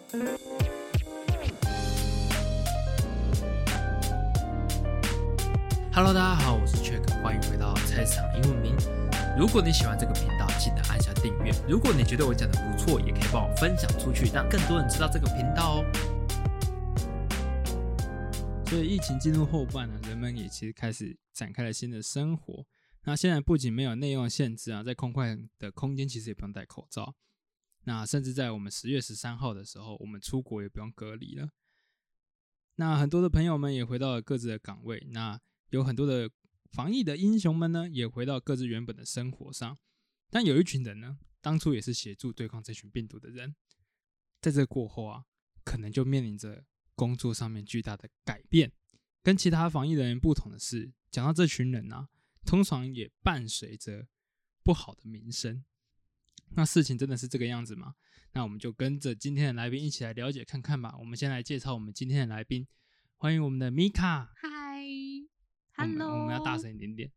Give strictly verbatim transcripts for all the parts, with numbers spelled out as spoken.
Hello， 大家好，我是 Check， 欢迎回到菜市场英文名。如果你喜欢这个频道，记得按下订阅。如果你觉得我讲的不错，也可以帮我分享出去，让更多人知道这个频道哦。 所以疫情进入后半呢，人们也其实开始展开了新的生活。那现在不仅没有内用限制啊，在空旷的空间其实也不用戴口罩。那甚至在我们十月十三号的时候，我们出国也不用隔离了。那很多的朋友们也回到了各自的岗位，那有很多的防疫的英雄们呢，也回到各自原本的生活上。但有一群人呢，当初也是协助对抗这群病毒的人，在这过后啊，可能就面临着工作上面巨大的改变。跟其他防疫人员不同的是，讲到这群人啊，通常也伴随着不好的名声。那事情真的是这个样子吗？那我们就跟着今天的来宾一起来了解看看吧。我们先来介绍我们今天的来宾，欢迎我们的米卡。 嗨 ，Hello， 我们要大声一点点。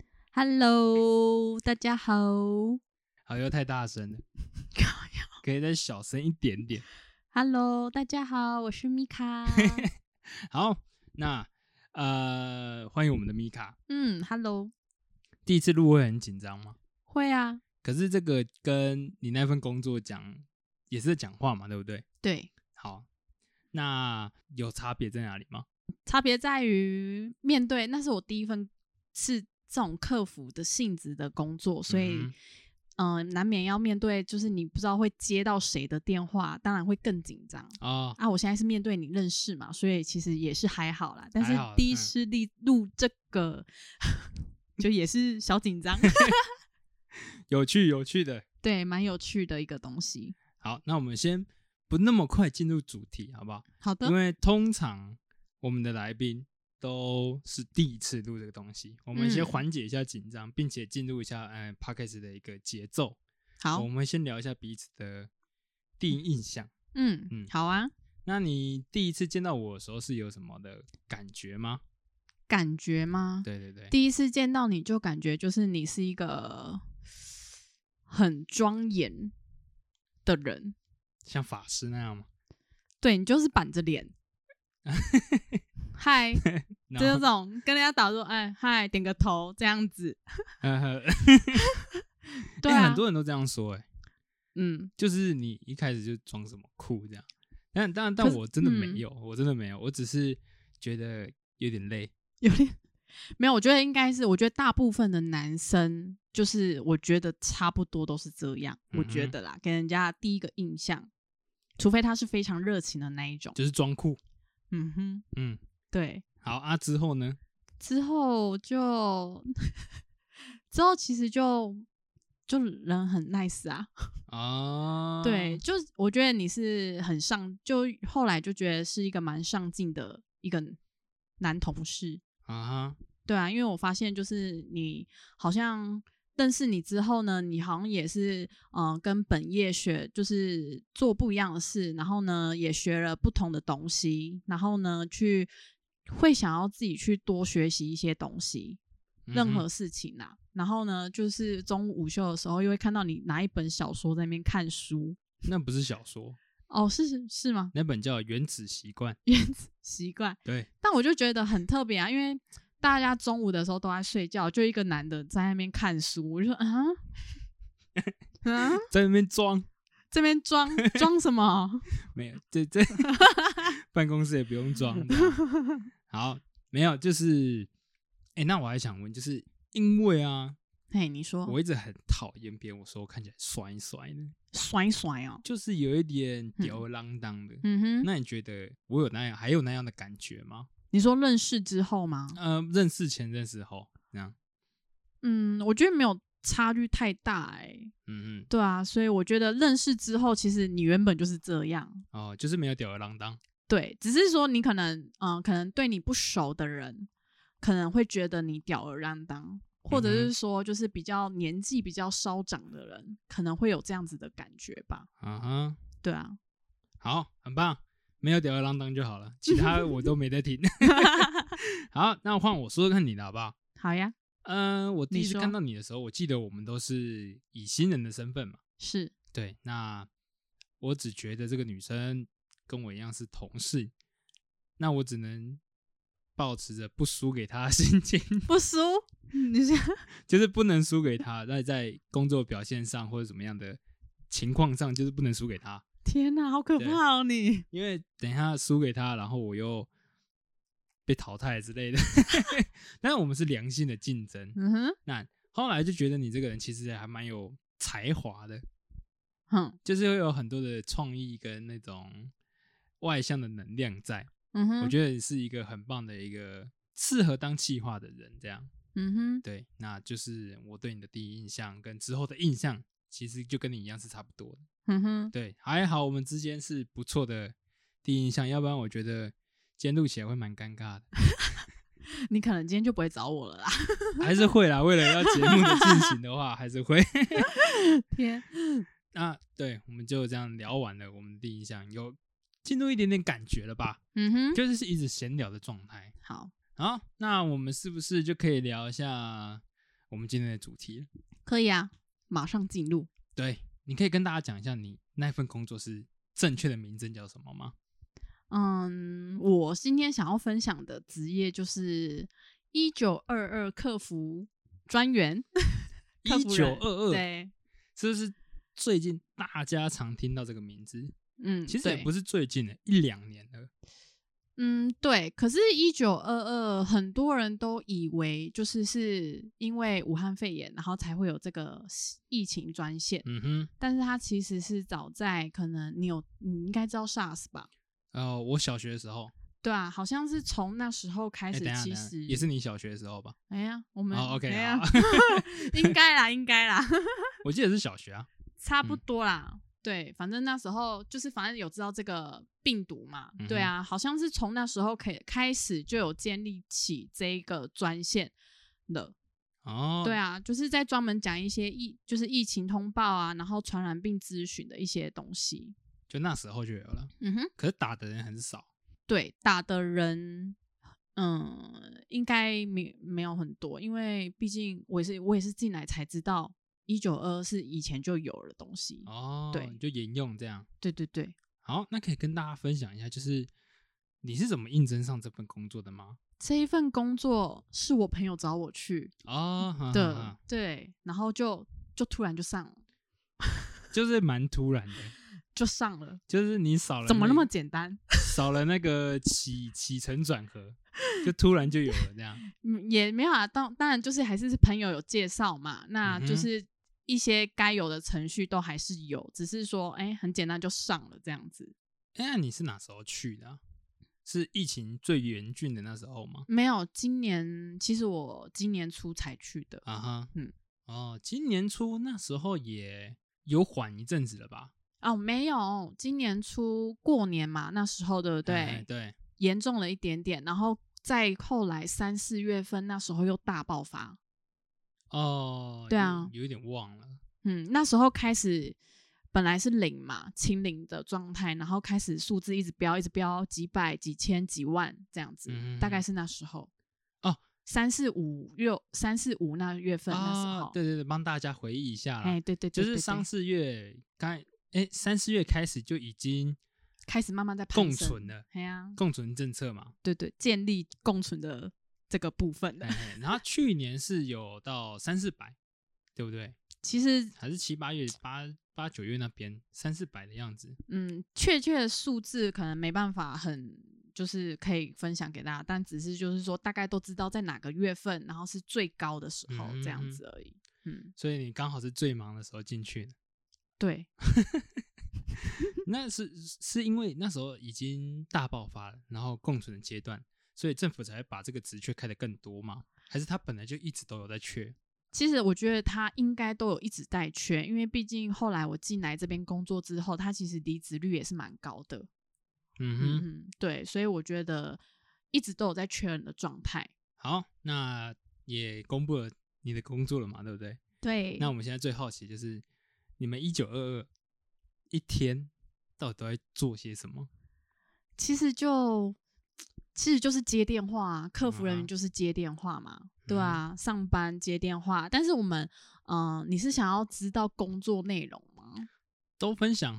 Hello， 大家好。 好，又太大声了，可以再小声一点点。 Hello， 大家好，我是米卡。 好，那呃，欢迎我们的米卡。 嗯 ，Hello。 第一次录会很紧张吗？ 会啊。 可是这个跟你那份工作讲也是在讲话嘛，对不对？ 对。 好，那有差别在哪里吗？ 差别在于面对，那是我第一份是这种客服的性质的工作，所以嗯、呃，难免要面对，就是你不知道会接到谁的电话，当然会更紧张哦。 啊，我现在是面对你认识嘛，所以其实也是还好啦。但是第一次录这个，嗯、就也是小紧张。 有趣有趣的， 对，蛮有趣的一个东西。 好，那我们先不那么快进入主题，好不好？ 好的。 因为通常我们的来宾都是第一次录这个东西，我们先缓解一下紧张、嗯，并且进入一下呃 Podcast 的一个节奏。 好， 我们先聊一下彼此的第一印象。 嗯嗯，好啊。 那你第一次见到我的时候是有什么的感觉吗？ 感觉吗？ 对对对， 第一次见到你就感觉就是你是一个很庄严的人， 像法师那样吗？ 对，你就是板着脸，嗨，这种跟人家打说，哎，嗨，点个头这样子。对啊、 欸，很多人都这样说、欸，哎， 嗯， 就是你一开始就装什么酷这样，但但但我真的没有、嗯，我真的没有，我只是觉得有点累， 有点。没有，我觉得应该是，我觉得大部分的男生，就是我觉得差不多都是这样，嗯、我觉得啦，给人家第一个印象，除非他是非常热情的那一种， 就是装酷。 嗯哼， 嗯， 对。 好啊，之后呢？ 之后就之后其实就就人很 nice 啊。 哦， 对，就我觉得你是很上，就后来就觉得是一个蛮上进的一个男同事。 啊、uh-huh. 对啊，因为我发现就是你好像认识你之后呢，你好像也是嗯、呃、跟本业学就是做不一样的事，然后呢也学了不同的东西，然后呢去会想要自己去多学习一些东西，任何事情啊、嗯、然后呢就是中午午休的时候又会看到你拿一本小说在那边看书。 那不是小说哦，是是吗？ 那本叫《原子习惯》。 原子习惯，对。但我就觉得很特别啊，因为大家中午的时候都在睡觉，就一个男的在那边看书，我就说啊啊，在那边装， 这边装装什么？ 没有，这这办公室也不用装。好，没有，就是，哎、欸，那我还想问，就是因为啊。 嘿，你说， 我一直很讨厌别人我说我看起来帅帅的， 帅帅哦， 就是有一点吊儿郎当的。 嗯哼， 那你觉得我有那样，还有那样的感觉吗？ 你说认识之后吗？ 呃，认识前、认识后，这样。 嗯，我觉得没有差距太大哎、欸。 嗯嗯， 对啊，所以我觉得认识之后，其实你原本就是这样。 哦，就是没有吊儿郎当。 对，只是说你可能，嗯、呃，可能对你不熟的人，可能会觉得你吊儿郎当。或者是说，就是比较年纪比较稍长的人、嗯，可能会有这样子的感觉吧。 啊哈， 对啊， 好，很棒，没有吊儿郎当就好了，其他我都没得听。好，那换我说说看你的好不好？ 好呀。 嗯、呃，我第一次看到你的时候，我记得我们都是以新人的身份嘛。 是。 对，那我只觉得这个女生跟我一样是同事，那我只能抱持着不输给他的心情， 不输，你是就是不能输给他，那在工作表现上或者怎么样的情况上，就是不能输给他。 天哪，好可怕哦你！ 因为等一下输给他，然后我又被淘汰之类的。但是我们是良性的竞争， 嗯哼， 那后来就觉得你这个人其实还蛮有才华的， 哼， 就是会有很多的创意跟那种外向的能量在。 嗯哼， 我觉得你是一个很棒的一个适合当企划的人，这样。 嗯哼， 对，那就是我对你的第一印象跟之后的印象，其实就跟你一样是差不多的。 嗯哼， 对，还好我们之间是不错的第一印象，要不然我觉得今天录起来会蛮尴尬的。 你可能今天就不会找我了啦。 还是会啦，为了要节目的进行的话，还是会。 天， 那对，我们就这样聊完了我们的第一印象，有进入一点点感觉了吧？ 嗯哼， 就是一直闲聊的状态。 好， 好，那我们是不是就可以聊一下我们今天的主题了？ 可以啊，马上进入。 对，你可以跟大家讲一下你那份工作是正确的名称叫什么吗？ 嗯，我今天想要分享的职业就是一九二二客服专员。 一九二二， 对， 是不是最近大家常听到这个名字？ 嗯， 其实也对不是最近的，一两年了。 嗯，对。可是，一九二二很多人都以为就是是因为武汉肺炎，然后才会有这个疫情专线。 嗯哼， 但是它其实是早在可能你有你应该知道 SARS 吧？ 呃，我小学的时候， 对啊，好像是从那时候开哎、 始， 等一下等一下其实也是你小学的时候吧？ 哎呀，我们哦，OK， 哎呀好应该啦，应该啦， 我记得是小学啊。 差不多啦。对，反正那时候就是反正有知道这个病毒嘛， 嗯哼对啊，好像是从那时候可以开始就有建立起这个专线了。 哦， 对啊，就是在专门讲一些疫，就是疫情通报啊，然后传染病咨询的一些东西。 就那时候就有了。 嗯哼， 可是打的人很少。 对，打的人，嗯，应该没没有很多，因为毕竟我也是我也是进来才知道，一九二是以前就有了东西。 哦， 对就沿用这样。 对对对， 好，那可以跟大家分享一下，就是你是怎么应征上这份工作的吗？ 这一份工作是我朋友找我去哦，哈的， 哈哈对，然后就就突然就上了， 就是蛮突然的， 就上了， 就是你少了、 怎么那么简单？ 少了那个起起承转合，就突然就有了这样。 嗯，也没有啊，当当然就是还是是朋友有介绍嘛，那嗯哼就是一些该有的程序都还是有，只是说哎、很简单就上了这样子。 哎、那你是哪时候去的、啊？是疫情最严峻的那时候吗？ 没有，今年其实我今年初才去的。 啊哈， 嗯， 哦，今年初那时候也有缓一阵子了吧？ 哦，没有，今年初过年嘛，那时候对不对？ 哎对， 严重了一点点，然后再后来三四月份那时候又大爆发。 哦， 对啊有，有一点忘了。 嗯，那时候开始本来是零嘛，清零的状态，然后开始数字一直飙，一直飙，几百、几千、几万这样子， 嗯大概是那时候。 哦， 三四五六三四五那月份、那时候， 对对对，帮大家回忆一下啦。 哎，对对对就是对对三四月刚，哎，三四月开始就已经开始慢慢在攀共升存了， 哎呀， 共存政策嘛。 对对，建立共存的这个部分的哎。哎然后去年是有到三四百，对不对？ 其实， 还是七八月、八八九月那边三四百的样子。 嗯，确切的数字可能没办法很，就是可以分享给大家，但只是就是说，大概都知道在哪个月份，然后是最高的时候嗯这样子而已。嗯， 所以你刚好是最忙的时候进去的。 对， 那是是因为那时候已经大爆发了，然后共存的阶段，所以政府才会把这个职缺开得更多吗？还是他本来就一直都有在缺？ 其实我觉得他应该都有一直在缺，因为毕竟后来我进来这边工作之后，他其实离职率也是蛮高的。 嗯哼， 嗯哼，对，所以我觉得一直都有在缺人的状态。 好，那也公布了你的工作了嘛，对不对？ 对， 那我们现在最好奇就是你们一九二二一天到底都在做些什么？ 其实就其实就是接电话啊，客服人嗯员就是接电话嘛，对啊，上班接电话。但是我们，嗯、呃，你是想要知道工作内容吗？ 都分享好了。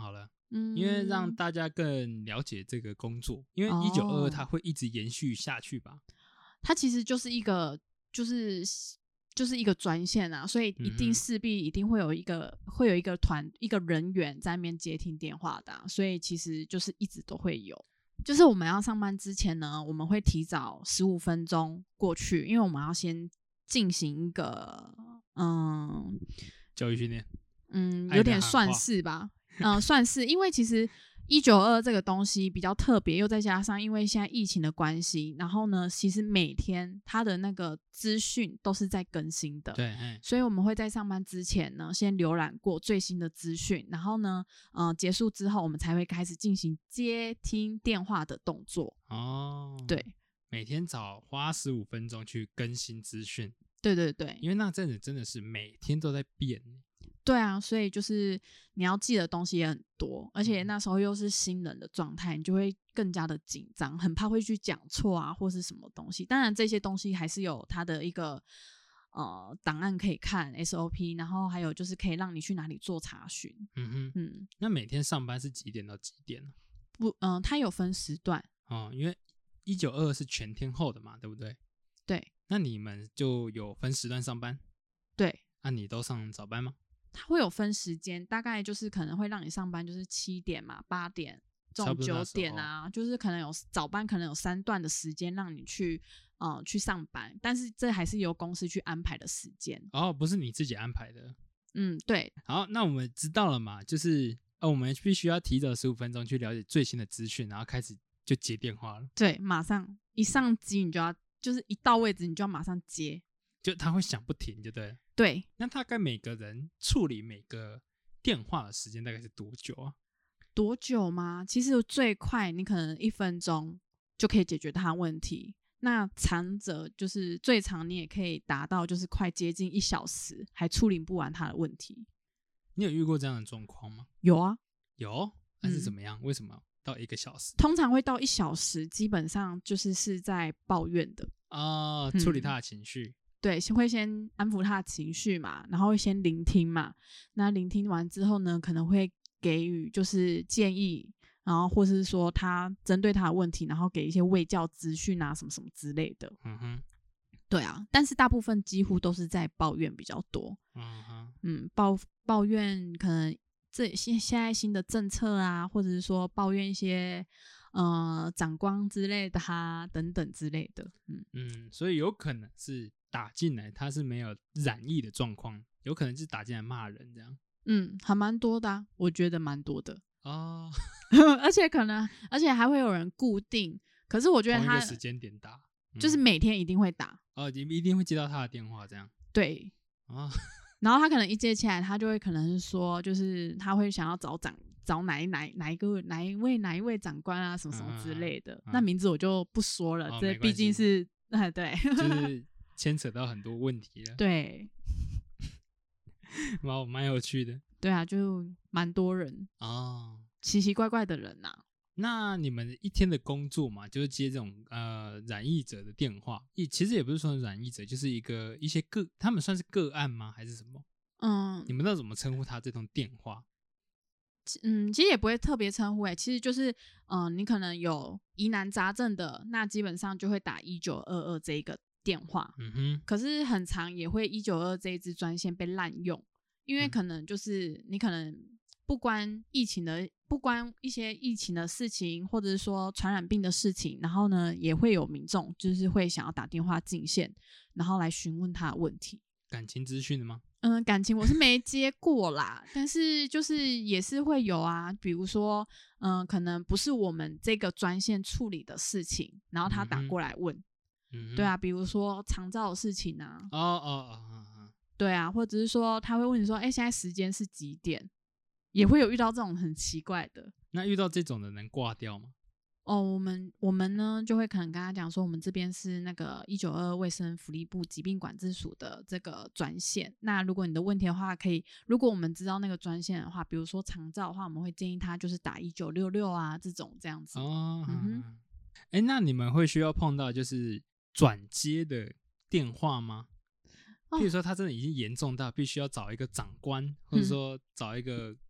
嗯， 因为让大家更了解这个工作，因为一九二二它会一直延续下去吧？ 它其实就是一个就是就是一个专线啊，所以一定势必一定会有一个、嗯、会有一个团一个人员在那边接听电话的、啊，所以其实就是一直都会有。就是我们要上班之前呢，我们会提早十五分钟过去，因为我们要先进行一个嗯教育训练， 嗯，有点算是吧，嗯，算是，因为其实一九二这个东西比较特别，又再加上因为现在疫情的关系，然后呢，其实每天它的那个资讯都是在更新的， 对， 所以我们会在上班之前呢，先浏览过最新的资讯，然后呢，呃，结束之后，我们才会开始进行接听电话的动作。哦，对， 每天早花十五分钟去更新资讯。 对对对， 因为那阵子真的是每天都在变。 对啊，所以就是你要记的东西也很多，而且那时候又是新人的状态，你就会更加的紧张，很怕会去讲错啊，或是什么东西。当然这些东西还是有它的一个呃档案可以看 S O P， 然后还有就是可以让你去哪里做查询。 嗯哼，嗯，那每天上班是几点到几点呢？ 不，嗯、呃，它有分时段哦，因为一九二二是全天候的嘛，对不对？ 对。 那你们就有分时段上班？ 对。 那、啊、你都上早班吗？ 它会有分时间，大概就是可能会让你上班，就是七点嘛、八点、这种九点啊，就是可能有早班，可能有三段的时间让你去呃去上班，但是这还是由公司去安排的时间。 哦，不是你自己安排的。 嗯，对。 好，那我们知道了嘛，就是呃，我们必须要提早十五分钟去了解最新的资讯，然后开始就接电话了。 对，马上一上机你就要，就是一到位置你就要马上接。 就他会响不停就对了。 对。 那大概每个人处理每个电话的时间大概是多久啊？ 多久吗？其实最快你可能一分钟就可以解决他的问题，那长者就是最长你也可以达到就是快接近一小时还处理不完他的问题。 你有遇过这样的状况吗？ 有啊。 有？那是怎么样、嗯、为什么到一个小时？ 通常会到一小时，基本上就是是在抱怨的哦，处理他的情绪、嗯， 对，会先安抚他的情绪嘛，然后会先聆听嘛，那聆听完之后呢，可能会给予就是建议，然后或是说他针对他的问题，然后给一些卫教资讯啊什么什么之类的。 嗯哼， 对啊，但是大部分几乎都是在抱怨比较多。 嗯哼， 嗯，抱抱怨可能这现现在新的政策啊，或者是说抱怨一些呃长官之类的哈、啊、等等之类的。嗯嗯，所以有可能是打进来他是没有染疫的状况，有可能是打进来骂人这样。 嗯，还蛮多的、啊，我觉得蛮多的哦。 而且可能而且还会有人固定，可是我觉得他同一个时间点打、 嗯、就是每天一定会打哦，你一定会接到他的电话这样。 对哦， 然后他可能一接起来，他就会可能是说，就是他会想要找长找哪一哪哪一个哪一位哪一位长官啊，什么什么之类的。嗯嗯、那名字我就不说了， 哦、 这毕竟是哎对， 就是牵扯到很多问题了。 对， 蛮蛮有趣的。 对啊，就蛮多人哦， 奇奇怪怪的人呐、啊。 那你们一天的工作嘛，就是接这种呃染疫者的电话，也其实也不是说染疫者，就是一个一些个，他们算是个案吗？还是什么？嗯，你们那怎么称呼他这通电话？ 嗯，其实也不会特别称呼诶，其实就是嗯、呃，你可能有疑难杂症的，那基本上就会打一九二二这一个电话。 嗯哼， 可是很常也会一九二二这一支专线被滥用，因为可能就是你可能不关疫情的。不关一些疫情的事情，或者是说传染病的事情，然后呢，也会有民众就是会想要打电话进线，然后来询问他的问题。 感情资讯的吗？ 嗯，感情我是没接过啦，但是就是也是会有啊，比如说，嗯，可能不是我们这个专线处理的事情，然后他打过来问，嗯、对啊，比如说长照的事情啊， 哦哦哦哦， 对啊，或者是说他会问你说，哎，现在时间是几点？也会有遇到这种很奇怪的。 那遇到这种的能挂掉吗？ 哦，我们我们呢就会可能跟他讲说，我们这边是那个一九二二卫生福利部疾病管制署的这个专线。那如果你的问题的话，可以，如果我们知道那个专线的话，比如说长照的话，我们会建议他就是打一九六六啊这种这样子。 哦，嗯哼，哎，那你们会需要碰到就是转接的电话吗？譬如说他真的已经严重到必须要找一个长官，或者说找一个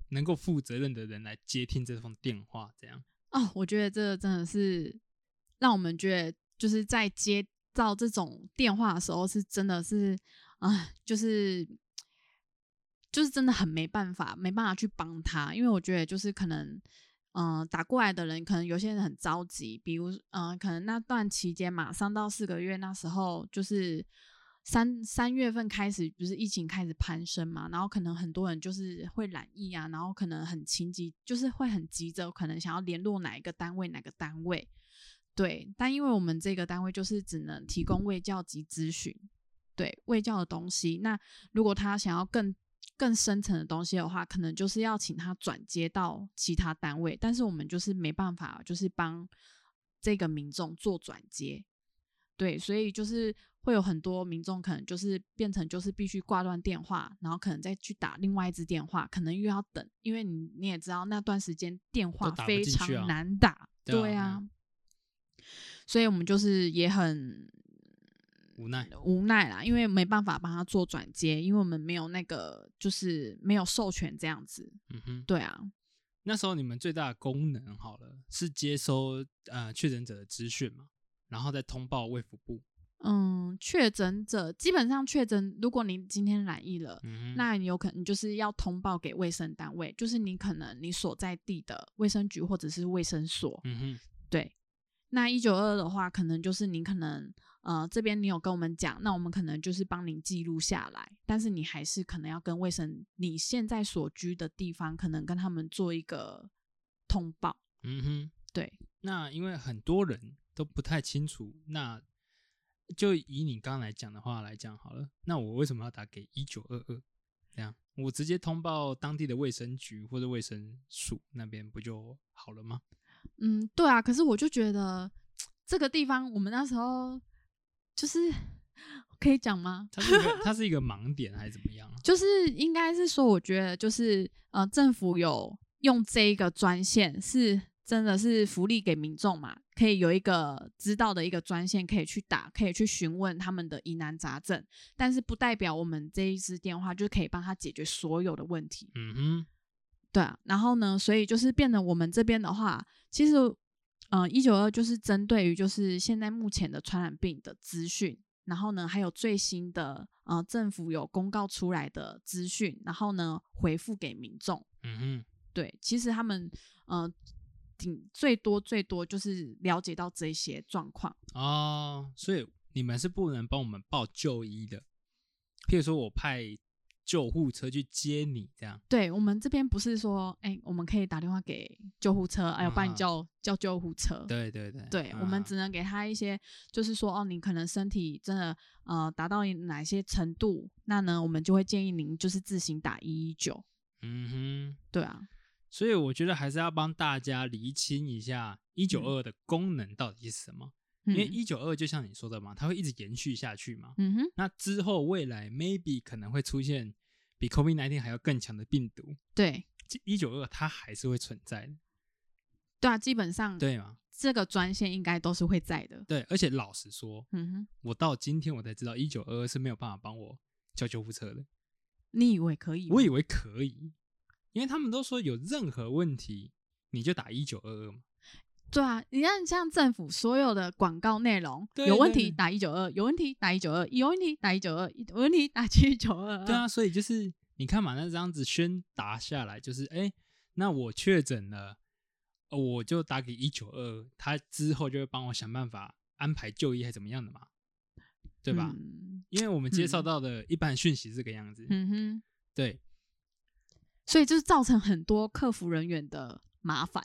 能够负责任的人来接听这通电话，这样。 哦，我觉得这个真的是让我们觉得，就是在接到这种电话的时候，是真的是啊、呃，就是就是真的很没办法，没办法去帮他，因为我觉得就是可能。嗯、呃，打过来的人可能有些人很着急，比如嗯、呃，可能那段期间嘛，三到四个月，那时候就是三三月份开始，不是疫情开始攀升嘛，然后可能很多人就是会染疫啊，然后可能很情急，就是会很急着，可能想要联络哪一个单位哪个单位，对，但因为我们这个单位就是只能提供卫教及咨询，对卫教的东西，那如果他想要更更深层的东西的话，可能就是要请他转接到其他单位，但是我们就是没办法，就是帮这个民众做转接，对，所以就是会有很多民众可能就是变成就是必须挂断电话，然后可能再去打另外一支电话，可能又要等，因为你你也知道那段时间电话非常难打， 啊对啊，所以我们就是也很。 无奈无奈啦，因为没办法帮他做转接，因为我们没有那个就是没有授权这样子。 嗯哼， 对啊。 那时候你们最大的功能好了，是接收呃确诊者的资讯嘛，然后再通报卫福部。 嗯，确诊者基本上确诊，如果你今天染疫了， 嗯、 那你有可能你就是要通报给卫生单位，就是你可能你所在地的卫生局或者是卫生所。 嗯哼， 对。那一九二二的话，可能就是你可能呃这边你有跟我们讲，那我们可能就是帮您记录下来，但是你还是可能要跟卫生你现在所居的地方，可能跟他们做一个通报。 嗯哼， 对。 那因为很多人都不太清楚，那就以你刚刚来讲的话来讲好了，那我为什么要打给一九二二？这样我直接通报当地的卫生局或者卫生署那边不就好了吗？ 嗯，对啊，可是我就觉得这个地方我们那时候就是可以讲吗？ 它是一个它是一个盲点还是怎么样？ 就是应该是说，我觉得就是呃，政府有用这一个专线，是真的是福利给民众嘛，可以有一个知道的一个专线可以去打，可以去询问他们的疑难杂症，但是不代表我们这一支电话就可以帮他解决所有的问题。 嗯哼。 对啊，然后呢，所以就是变得我们这边的话，其实，呃，一九二就是针对于就是现在目前的传染病的资讯，然后呢，还有最新的呃政府有公告出来的资讯，然后呢回复给民众。 嗯哼， 对，其实他们呃顶最多最多就是了解到这些状况哦，所以你们是不能帮我们报就医的，譬如说我派救护车去接你这样。 对，我们这边不是说哎、欸、我们可以打电话给救护车，哎、啊，帮你叫叫救护车。 对对对对、啊、我们只能给他一些就是说哦，你可能身体真的呃达到哪些程度，那呢我们就会建议您就是自行打一一九。 嗯哼， 对啊， 所以我觉得还是要帮大家厘清一下一九二二的功能到底是什么。 嗯、 因为一九二二就像你说的嘛，它会一直延续下去嘛。 嗯哼， 那之后未来 maybe 可能会出现比 COVID 十九 还要更强的病毒。 对， 一九二二它还是会存在的。 对啊，基本上对嘛， 这个专线应该都是会在的。 对，而且老实说， 嗯哼， 我到今天我才知道一九二二是没有办法帮我叫救护车的。 你以为可以吗？ 我以为可以，因为他们都说有任何问题你就打一九二二嘛。 对啊，你看像政府所有的广告内容，有问题打一九二，有问题打一九二，有问题打一九二，有问题打七九二。 对啊，所以就是你看嘛，那这样子宣达下来，就是哎、欸，那我确诊了，我就打给一九二，他之后就会帮我想办法安排就医还怎么样的嘛，对吧？嗯、因为我们接受到的一般讯息是这个样子。 嗯哼， 对， 所以就是造成很多客服人员的麻烦。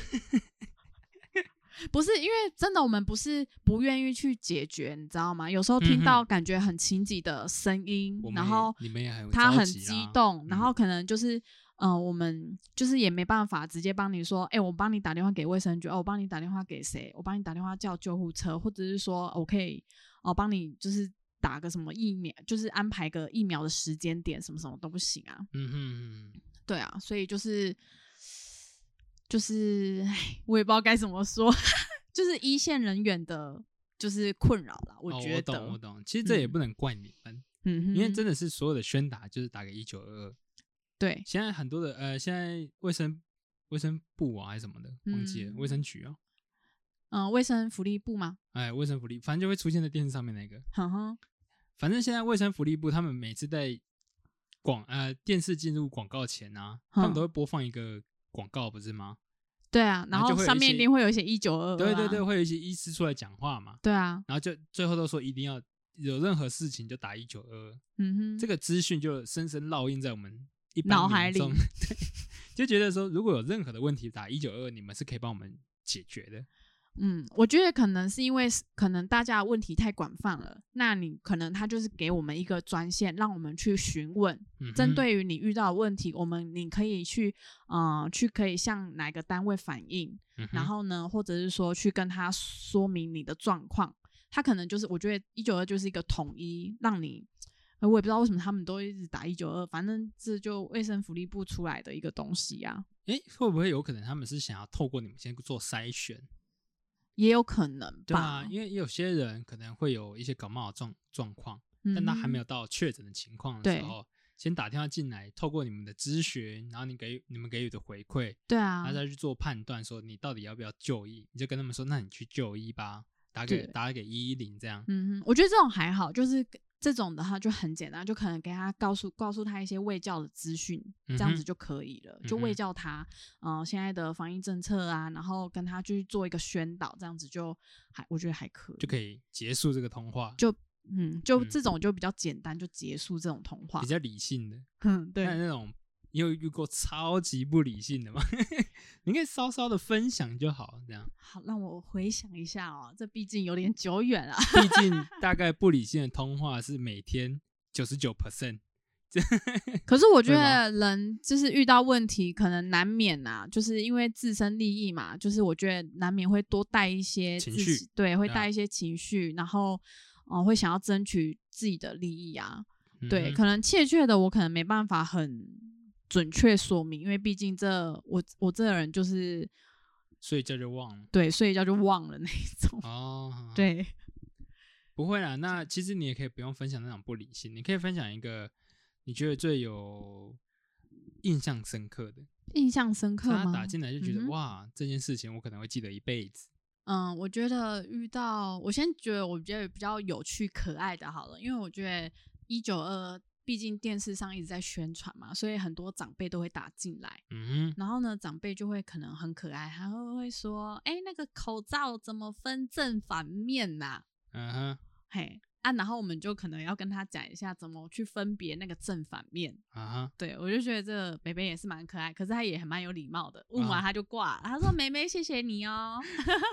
不是因为真的，我们不是不愿意去解决，你知道吗？有时候听到感觉很情急的声音， 嗯、 然后你们也很他很激动， 嗯、 然后可能就是呃，我们就是也没办法直接帮你说，哎、欸，我帮你打电话给卫生局，哦，我帮你打电话给谁，我帮你打电话叫救护车，或者是说我可以哦帮你就是打个什么疫苗，就是安排个疫苗的时间点，什么什么都不行啊。 嗯哼哼， 对啊，所以就是。就是我也不知道该怎么说，就是一线人员的，就是困扰啦。我觉得， 哦、我懂，我懂。其实这也不能怪你们， 嗯， 因为真的是所有的宣达就是打给一九二二， 对， 现在很多的呃，现在卫生卫生部啊还是什么的，忘记了，卫、 嗯、 生局啊， 嗯、呃，卫生福利部吗？ 哎，卫生福利，反正就会出现在电视上面那个。 哼哼， 反正现在卫生福利部他们每次在广呃电视进入广告前啊，他们都会播放一个广告，不是吗？ 对啊，然后上面一定会有一些一九二二， 对对对，会有一些医师出来讲话嘛。 对啊， 然后就最后都说一定要有任何事情就打一九二二， 嗯哼， 这个资讯就深深烙印在我们一般脑海里， 对，就觉得说如果有任何的问题打一九二二，你们是可以帮我们解决的。 嗯，我觉得可能是因为可能大家的问题太广泛了，那你可能他就是给我们一个专线，让我们去询问，嗯、针对于你遇到的问题，我们你可以去呃去可以向哪个单位反映，嗯、然后呢，或者是说去跟他说明你的状况，他可能就是我觉得一九二就是一个统一，让你。我也不知道为什么他们都一直打一九二，反正这就卫生福利部出来的一个东西啊。 诶，会不会有可能他们是想要透过你们先做筛选？ 也有可能吧， 对啊，因为有些人可能会有一些感冒的状状况，嗯、但他还没有到确诊的情况的时候，先打电话进来，透过你们的咨询，然后你给你们给予的回馈， 对啊， 然后再去做判断，说你到底要不要就医，你就跟他们说，那你去就医吧，打给打给一一零这样。 嗯哼，我觉得这种还好，就是这种的话就很简单，就可能给他告诉告诉他一些卫教的资讯，这样子就可以了，嗯、就卫教他，嗯、呃，现在的防疫政策啊，然后跟他去做一个宣导，这样子就还我觉得还可以， 就可以结束这个通话。 就嗯，就这种就比较简单，就结束这种通话， 比较理性的。 嗯，对。 那那种你有遇过超级不理性的吗？你可以稍稍的分享就好，这样。 好，让我回想一下哦，这毕竟有点久远了。 毕竟大概不理性的通话是每天九十九 percent。 可是我觉得人就是遇到问题，可能难免啊，就是因为自身利益嘛，就是我觉得难免会多带一些情绪， 对，会带一些情绪，然后呃会想要争取自己的利益啊。嗯、对，可能确切的我可能没办法很准确说明，因为毕竟这我我这个人就是睡一觉就忘了， 对，睡一觉就忘了那一种。 哦， 对， 不会啦。那其实你也可以不用分享那种不理性，你可以分享一个你觉得最有印象深刻的。 印象深刻吗？ 他打进来就觉得、 嗯、 哇，这件事情我可能会记得一辈子。 嗯，我觉得遇到，我先觉得我觉得比较有趣可爱的好了，因为我觉得一九二二毕竟电视上一直在宣传嘛，所以很多长辈都会打进来， 嗯， 然后呢，长辈就会可能很可爱，还会会说，哎、欸，那个口罩怎么分正反面呐、啊？ 嗯哼， 嘿啊，然后我们就可能要跟他讲一下怎么去分别那个正反面啊。 对，我就觉得这个北北也是蛮可爱，可是他也很蛮有礼貌的，问完他就挂了，他说：“妹妹，谢谢你哦。”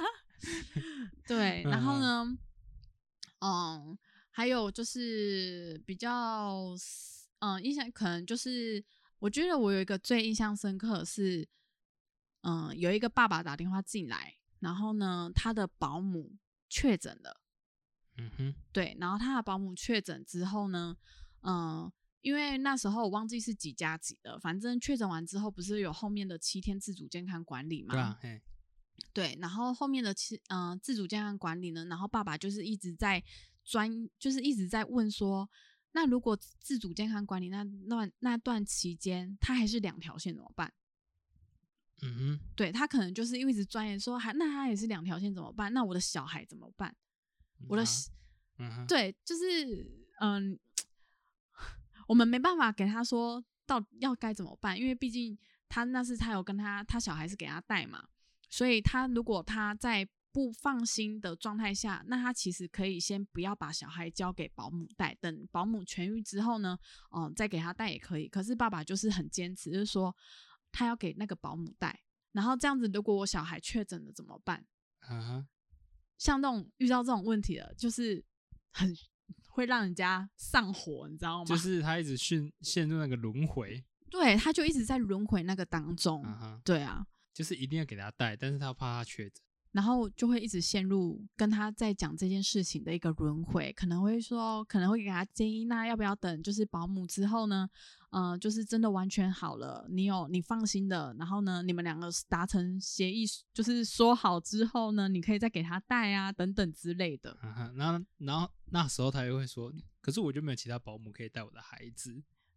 对，然后呢，嗯，还有就是比较，嗯，印象可能就是我觉得我有一个最印象深刻的是，嗯，有一个爸爸打电话进来，然后呢，他的保姆确诊了。 嗯哼， 对，然后他的保姆确诊之后呢，嗯，因为那时候我忘记是几加几的，反正确诊完之后不是有后面的七天自主健康管理嘛？ 对啊，嘿， 对，然后后面的七嗯、呃、自主健康管理呢，然后爸爸就是一直在专，就是一直在问说，那如果自主健康管理那那那段期间，他还是两条线怎么办？ 嗯哼， 对他可能就是一直钻研说，还那他也是两条线怎么办？那我的小孩怎么办？我的、啊嗯、 对，就是嗯，我们没办法给他说到要该怎么办，因为毕竟他那是他有跟他他小孩是给他带嘛，所以他如果他在不放心的状态下，那他其实可以先不要把小孩交给保姆带，等保姆痊愈之后呢，嗯，再给他带也可以。可是爸爸就是很坚持，就是说他要给那个保姆带，然后这样子，如果我小孩确诊了怎么办？ 嗯， 像那种遇到这种问题的，就是很会让人家上火，你知道吗？ 就是他一直陷陷入那个轮回， 对，他就一直在轮回那个当中。 嗯、 对啊， 就是一定要给他带，但是他怕他确诊， 然后就会一直陷入跟他在讲这件事情的一个轮回，可能会说，可能会给他建议，那要不要等就是保姆之后呢？呃，就是真的完全好了，你有你放心的，然后呢，你们两个达成协议，就是说好之后呢，你可以再给他带啊，等等之类的。 嗯、然后然后那时候他又会说，可是我就没有其他保姆可以带我的孩子。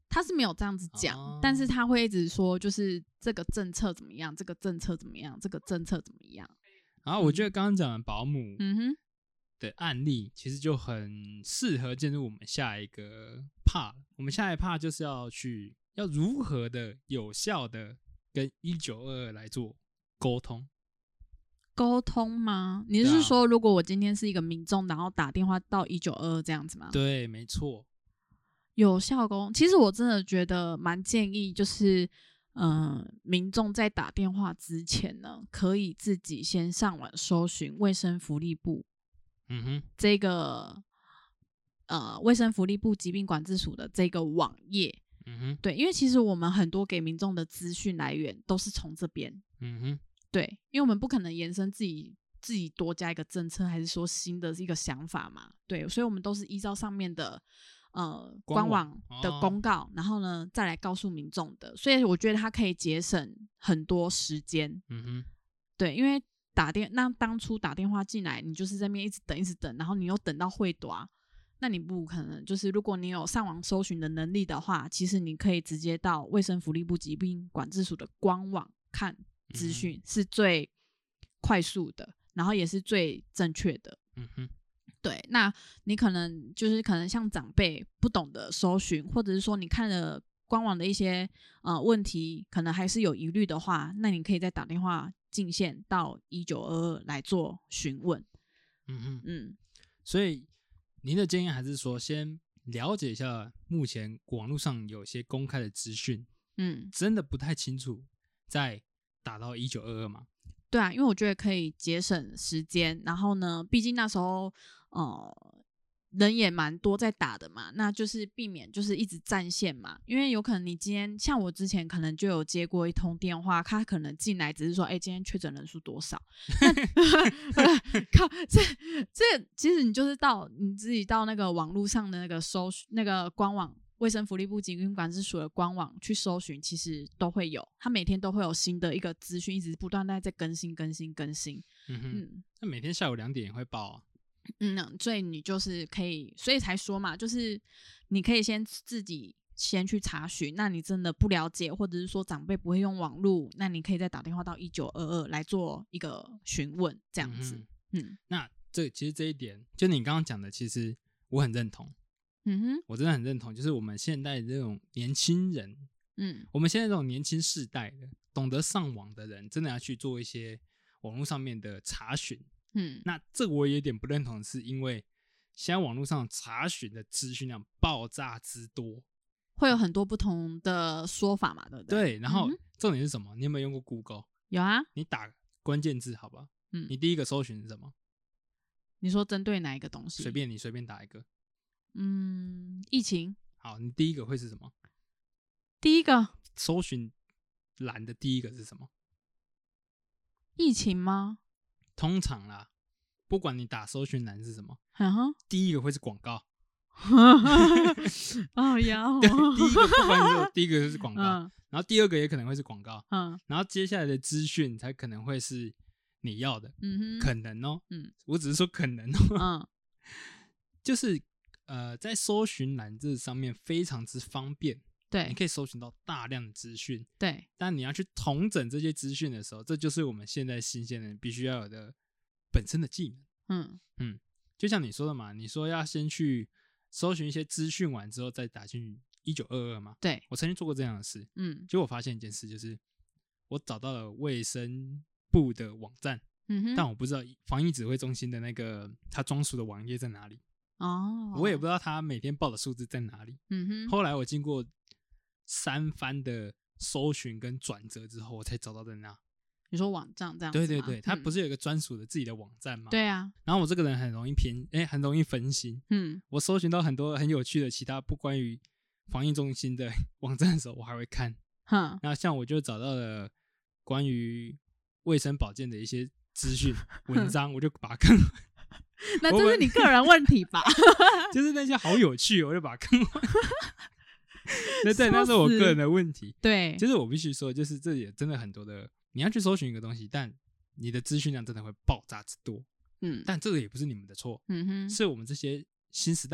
他是没有这样子讲， 哦、 但是他会一直说，就是这个政策怎么样，这个政策怎么样，这个政策怎么样。 然后我觉得刚刚讲的保姆的案例，其实就很适合进入我们下一个 part。我们下一 part 就是要去要如何的有效的跟一九二二来做沟通。 沟通吗？你是说，如果我今天是一个民众，然后打电话到一九二二这样子吗？ 对，没错。 有效沟通，其实我真的觉得蛮建议，就是嗯、呃，民众在打电话之前呢，可以自己先上网搜寻卫生福利部， 嗯哼， 这个呃卫生福利部疾病管制署的这个网页， 嗯哼， 对，因为其实我们很多给民众的资讯来源都是从这边， 嗯哼， 对，因为我们不可能延伸自己自己多加一个政策，还是说新的一个想法嘛，对，所以我们都是依照上面的。呃，官网的公告，哦、然后呢，再来告诉民众的，所以我觉得它可以节省很多时间。 嗯哼， 对，因为打电那当初打电话进来，你就是在那边一直等，一直等，然后你又等到会短，那你不可能就是如果你有上网搜寻的能力的话，其实你可以直接到卫生福利部疾病管制署的官网看资讯，嗯、是最快速的，然后也是最正确的。 嗯哼。 对，那你可能就是可能像长辈不懂得搜寻，或者是说你看了官网的一些呃问题，可能还是有疑虑的话，那你可以再打电话进线到一九二二来做询问。 嗯哼， 嗯， 所以您的建议还是说，先了解一下目前网络上有些公开的资讯， 嗯， 真的不太清楚，再打到一九二二嘛？ 对啊，因为我觉得可以节省时间，然后呢，毕竟那时候呃人也蛮多在打的嘛，那就是避免就是一直占线嘛，因为有可能你今天像我之前可能就有接过一通电话，他可能进来只是说，哎、欸，今天确诊人数多少？靠，这这其实你就是到你自己到那个网络上的那个搜那个官网。卫生福利部疾病管制署的官网去搜寻，其实都会有，它每天都会有新的一个资讯，一直不断在在更新、更新、更新。 嗯哼，嗯，那每天下午两点也会报啊。 嗯，所以你就是可以，所以才说嘛，就是你可以先自己先去查询。那你真的不了解，或者是说长辈不会用网络，那你可以再打电话到一九二二来做一个询问，这样子。嗯， 嗯那这其实这一点，就你刚刚讲的，其实我很认同。 嗯哼， 我真的很认同，就是我们现代这种年轻人， 嗯， 我们现在这种年轻世代的，懂得上网的人，真的要去做一些网络上面的查询。 嗯， 那这个我有点不认同，是因为现在网络上查询的资讯量爆炸之多， 会有很多不同的说法嘛，对不对？ 对，然后、嗯、重点是什么？你有没有用过 Google？ 有啊， 你打关键字好吧，嗯，你第一个搜寻是什么？ 你说针对哪一个东西？ 随便你随便打一个。 嗯，疫情。 好，你第一个会是什么？ 第一个搜寻栏的第一个是什么？ 疫情吗？ 通常啦，不管你打搜寻栏是什么， 嗯哼， 第一个会是广告。 哦呀， 第一个不管你说，第一个就是广告、 嗯， 然后第二个也可能会是广告， 嗯， 然后接下来的资讯才可能会是你要的， 嗯哼， 可能哦， 嗯， 我只是说可能哦， 嗯， 就是呃，在搜寻栏这上面非常之方便， 对， 你可以搜寻到大量的资讯， 对， 但你要去统整这些资讯的时候，这就是我们现在新鲜人必须要有的本身的技能， 嗯嗯，就像你说的嘛，你说要先去搜寻一些资讯完之后再打进去一九二二嘛， 对， 我曾经做过这样的事， 嗯， 结果我发现一件事，就是我找到了卫生部的网站， 嗯哼， 但我不知道防疫指挥中心的那个他专属的网页在哪里， 哦， 我也不知道他每天报的数字在哪里， 嗯哼， 后来我经过三番的搜寻跟转折之后，我才找到在那。 你说网站这样子吗？ 对对对，他不是有一个专属的自己的网站吗？ 对啊。 然后我这个人很容易偏，哎、欸，很容易分心。嗯，我搜寻到很多很有趣的其他不关于防疫中心的网站的时候，我还会看。哼，那像我就找到了关于卫生保健的一些资讯文章，我就把它看完。 那这是你个人问题吧？ 就是那些好有趣，我就把它看完。对对，那是我个人的问题。 对， 其实我必须说，就是这也真的很多的。你要去搜寻一个东西，但你的资讯量真的会爆炸之多。嗯，但这个也不是你们的错，嗯哼，是我们这些新时代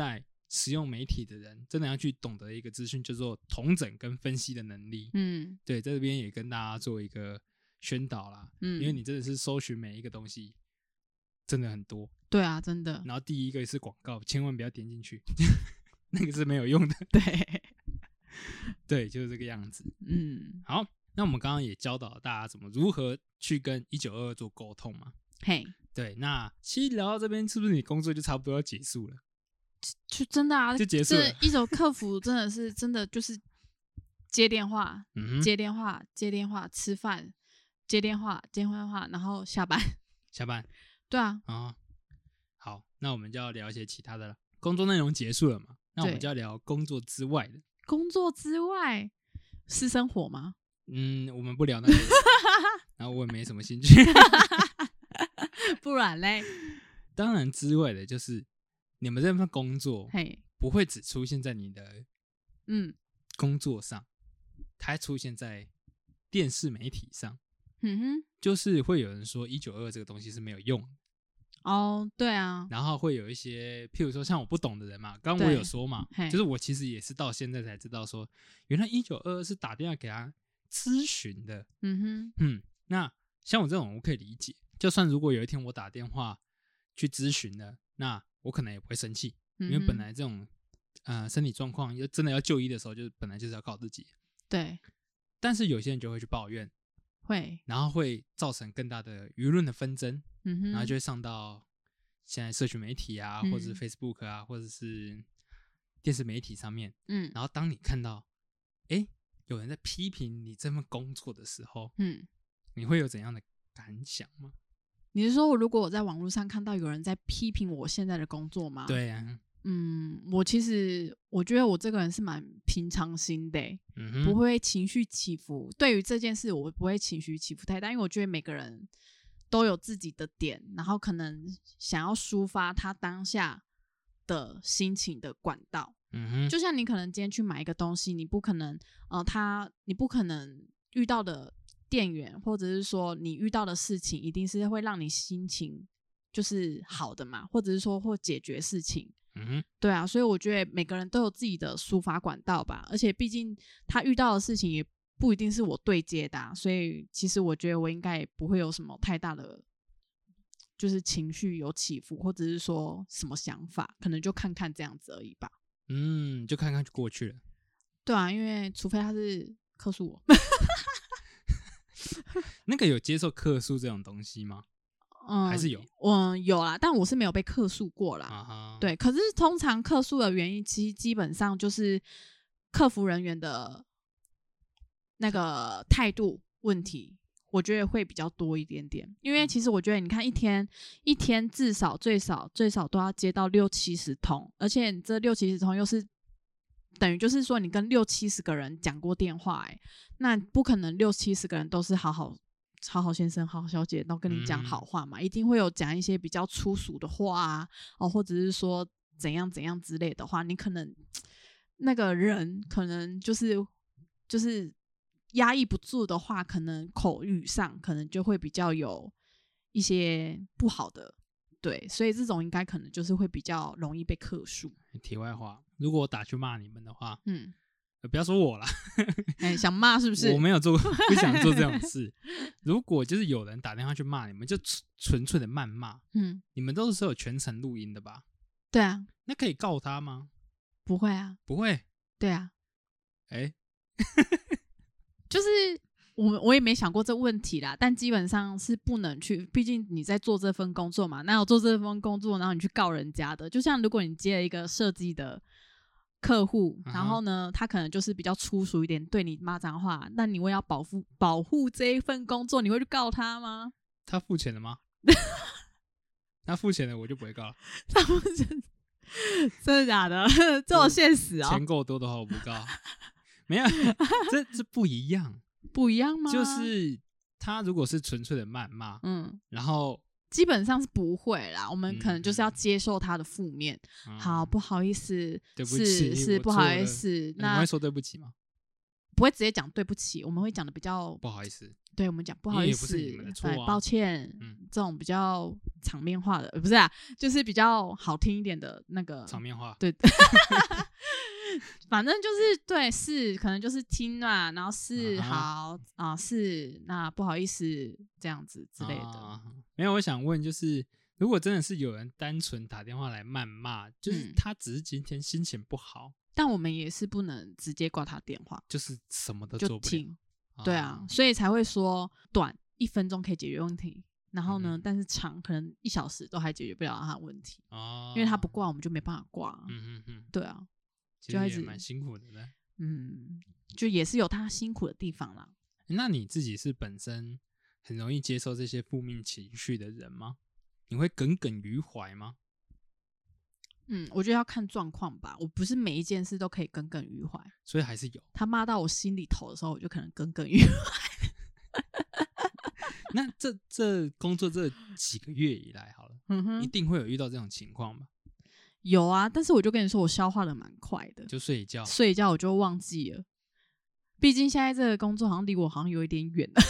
使用媒体的人，真的要去懂得一个资讯，叫做统整跟分析的能力。 嗯， 对，在这边也跟大家做一个宣导啦。嗯，因为你真的是搜寻每一个东西，真的很多。 对啊，真的。 然后第一个是广告，千万不要点进去，那个是没有用的。 对， 对，就是这个样子。 嗯， 好，那我们刚刚也教导大家怎么如何去跟一九二二做沟通嘛。 嘿， 对，那其实聊到这边，是不是你工作就差不多要结束了？ 就真的啊， 就结束了。 一手客服真的是真的就是接电话、 嗯、 接电话、接电话，吃饭、接电话、接电话，然后下班。 下班。 对啊。 哦，好，那我们就要聊一些其他的了。工作内容结束了嘛？那我们就要聊工作之外的。 工作之外，私生活吗？ 嗯，我们不聊那个。然后我也没什么兴趣。 不然嘞？ 当然之外的就是你们这份工作， 嘿， 不会只出现在你的嗯工作上，它还出现在电视媒体上。 嗯哼， 就是会有人说一九二二这个东西是没有用的。 哦，对啊。 然后会有一些，譬如说像我不懂的人嘛，刚刚我有说嘛，就是我其实也是到现在才知道说，原来一九二二是打电话给他咨询的。 嗯哼， 嗯，那像我这种我可以理解，就算如果有一天我打电话去咨询了，那我可能也不会生气， 嗯、 因为本来这种呃身体状况要真的要就医的时候，就本来就是要靠自己。 对。 但是有些人就会去抱怨。 会， 然后会造成更大的舆论的纷争。 嗯哼， 然后就会上到现在社群媒体啊， 嗯、 或者是 Facebook 啊，或者是电视媒体上面。 嗯， 然后当你看到，哎，有人在批评你这份工作的时候， 嗯， 你会有怎样的感想吗？ 你是说，如果我在网络上看到有人在批评我现在的工作吗？ 对啊。 嗯，我其实我觉得我这个人是蛮平常心的、欸嗯， 不会情绪起伏。对于这件事，我不会情绪起伏太大，因为我觉得每个人都有自己的点，然后可能想要抒发他当下的心情的管道。 嗯哼， 就像你可能今天去买一个东西，你不可能呃，他你不可能遇到的店员，或者是说你遇到的事情，一定是会让你心情就是好的嘛，或者是说或解决事情。 嗯哼， 对啊，所以我觉得每个人都有自己的抒发管道吧，而且毕竟他遇到的事情也不一定是我对接的、啊，所以其实我觉得我应该也不会有什么太大的就是情绪有起伏，或者是说什么想法，可能就看看这样子而已吧。 嗯，就看看就过去了。 对啊，因为除非他是客诉我。 那个有接受客诉这种东西吗？ 嗯， 还是有， 嗯，有啦，但我是没有被客诉过啦。 啊、 对，可是通常客诉的原因，其实基本上就是客服人员的那个态度问题，我觉得会比较多一点点。因为其实我觉得，你看一天一天至少最少最少都要接到六七十通，而且你这六七十通又是等于就是说你跟六七十个人讲过电话、欸，那不可能六七十个人都是好好。好好先生、好好小姐，都跟你讲好话嘛、嗯，一定会有讲一些比较粗俗的话啊，哦，或者是说怎样怎样之类的话，你可能那个人可能就是就是压抑不住的话，可能口语上可能就会比较有一些不好的，对，所以这种应该可能就是会比较容易被客诉。 题外话，如果我打去骂你们的话， 嗯。 不要说我啦， 欸、想骂是不是？ 我没有做过，不想做这种事。如果就是有人打电话去骂你们，就纯粹的谩骂，嗯，你们都是有全程录音的吧？ 对啊， 那可以告他吗？ 不会啊， 不会。 对啊， 哎、欸， 就是我我也没想过这问题啦，但基本上是不能去，毕竟你在做这份工作嘛，哪有做这份工作然后你去告人家的？就像如果你接了一个设计的客户，然后呢，他可能就是比较粗俗一点，对你骂脏话，那你会要保护保护这一份工作，你会去告他吗？ 他付钱了吗？他付钱了，我就不会告了。 他付钱，真的假的？这么现实啊、哦？ 钱够多的话，我不告。没有，这这不一样， 不一样吗？ 就是他如果是纯粹的谩骂，嗯，然后。 基本上是不会啦，我们可能就是要接受他的负面、嗯。好，不好意思， 对不起， 是是不好意思。 那你会说对不起吗？ 不会直接讲对不起，我们会讲的比较不好意思， 对，我们讲不好意思， 因为也不是你们的错啊对，抱歉， 嗯这种比较场面化的，呃不是啊，就是比较好听一点的那个场面话， 对，反正就是对是，可能就是听嘛，然后是、 啊好啊、是那不好意思这样子之类的。 啊、没有，我想问就是。如果真的是有人单纯打电话来谩骂，就是嗯他只是今天心情不好， 但我们也是不能直接挂他电话， 就是什么都就做不了。 听。对啊，所以才会说短一分钟可以解决问题，然后呢， 嗯但是长可能一小时都还解决不了他的问题， 哦， 因为他不挂，我们就没办法挂。 嗯嗯嗯， 对啊， 其就一直实也蛮辛苦的呢。 嗯，就也是有他辛苦的地方啦。 那你自己是本身很容易接受这些负面情绪的人吗？你会耿耿于怀吗？ 嗯，我觉得要看状况吧，我不是每一件事都可以耿耿于怀， 所以还是有。 他骂到我心里头的时候，我就可能耿耿于怀。 那这这工作这几个月以来，好了， 嗯哼， 一定会有遇到这种情况吧？ 有啊，但是我就跟你说，我消化的蛮快的， 就睡一觉， 睡一觉我就忘记了。毕竟现在这个工作好像离我好像有一点远了。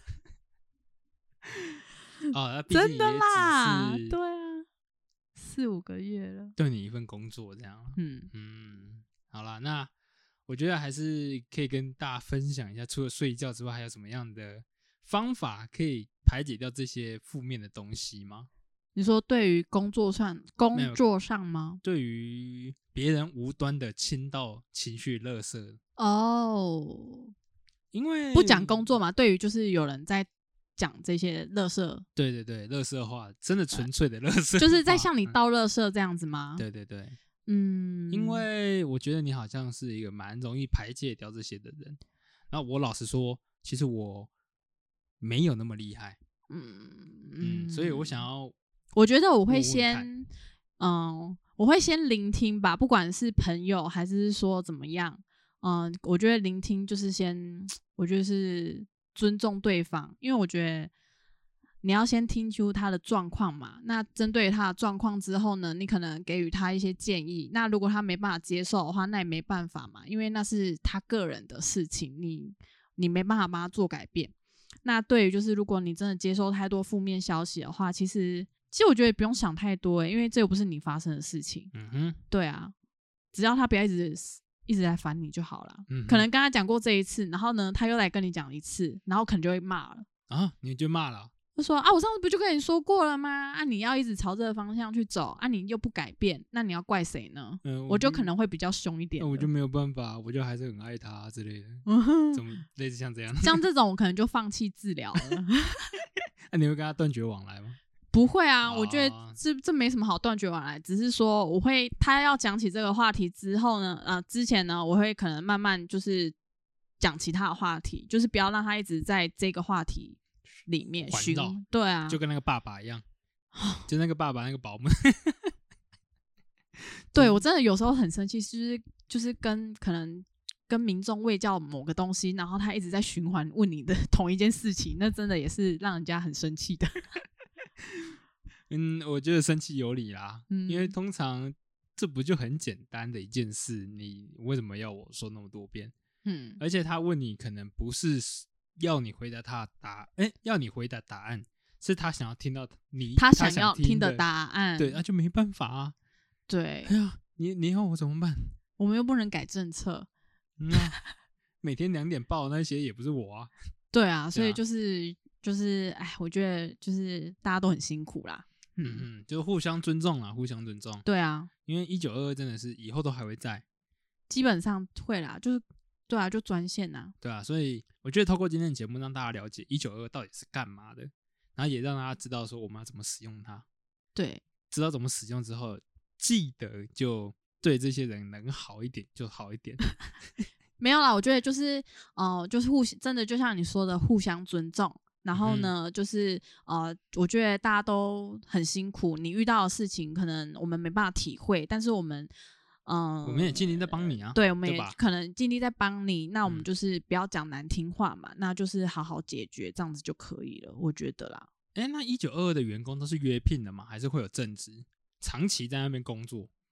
哦，那毕竟真的啦， 也只是对啊，四五个月了， 对你一份工作这样。 嗯嗯，好啦，那我觉得还是可以跟大家分享一下，除了睡觉之外，还有什么样的方法可以排解掉这些负面的东西吗？ 你说对于工作上工作上吗？ 对于别人无端的倾倒情绪垃圾哦， 因为不讲工作嘛，对于就是有人在讲这些垃圾， 对对对，垃圾话，真的纯粹的垃圾话， 就是在向你倒垃圾这样子吗？ 对对对， 嗯， 因为我觉得你好像是一个蛮容易排解掉这些的人。然后我老实说，其实我没有那么厉害， 嗯嗯，所以我想要。 我觉得我会先，嗯，我会先聆听吧，不管是朋友还是说怎么样，嗯，我觉得聆听就是先，我觉得是尊重对方，因为我觉得你要先听出他的状况嘛。那针对他的状况之后呢，你可能给予他一些建议。那如果他没办法接受的话，那也没办法嘛，因为那是他个人的事情，你你没办法帮他做改变。那对于就是如果你真的接受太多负面消息的话，其实。其实我觉得也不用想太多、欸、因为这又不是你发生的事情。 嗯哼， 对啊，只要他不要一直一直来烦你就好了。 嗯， 可能跟他讲过这一次，然后呢，他又来跟你讲一次，然后可能就会骂了啊，你就骂了、啊， 就说啊，我上次不就跟你说过了吗？啊，你要一直朝这个方向去走，啊，你又不改变，那你要怪谁呢？嗯，我就可能会比较凶一点。 那我就没有办法，我就还是很爱他之类的。怎么类似像这样？ 像这种我可能就放弃治疗了。 那、啊、你会跟他断绝往来吗？ 不会啊， 哦、 我觉得这这没什么好断绝往来，只是说我会他要讲起这个话题之后呢，呃，之前呢，我会可能慢慢就是讲其他的话题，就是不要让他一直在这个话题里面循，对啊， 就跟那个爸爸一样，就那个爸爸那个保姆。 对我真的有时候很生气，就是就是跟可能跟民众卫教某个东西，然后他一直在循环问你的同一件事情，那真的也是让人家很生气的。 嗯，我觉得生气有理啦、 嗯， 因为通常这不就很简单的一件事，你为什么要我说那么多遍？ 嗯， 而且他问你可能不是要你回答他的答，哎、欸，要你回答答案，是他想要听到你他想要听的答案， 对，那就没办法啊。 对， 哎呀，你你要我怎么办？ 我们又不能改政策， 嗯、啊，每天两点报那些也不是我啊。 对啊，所以就是就是，哎，我觉得就是大家都很辛苦啦。 嗯嗯，就互相尊重啦，互相尊重。 对啊， 因为一九二二真的是以后都还会在， 基本上会啦，就是对啊，就专线呐。 对啊，所以我觉得透过今天的节目让大家了解一九二二到底是干嘛的，然后也让大家知道说我们要怎么使用它。 对， 知道怎么使用之后，记得就对这些人能好一点就好一点。 没有啦，我觉得就是呃，就是互真的就像你说的，互相尊重。然后呢，嗯、就是呃，我觉得大家都很辛苦，你遇到的事情可能我们没办法体会，但是我们嗯、呃， 我们也尽力在帮你啊。 对，我们也可能尽力在帮你。那我们就是不要讲难听话嘛，嗯、那就是好好解决，这样子就可以了，我觉得啦。 哎，那一九二二的员工都是约聘的吗？还是会有正职，长期在那边工作？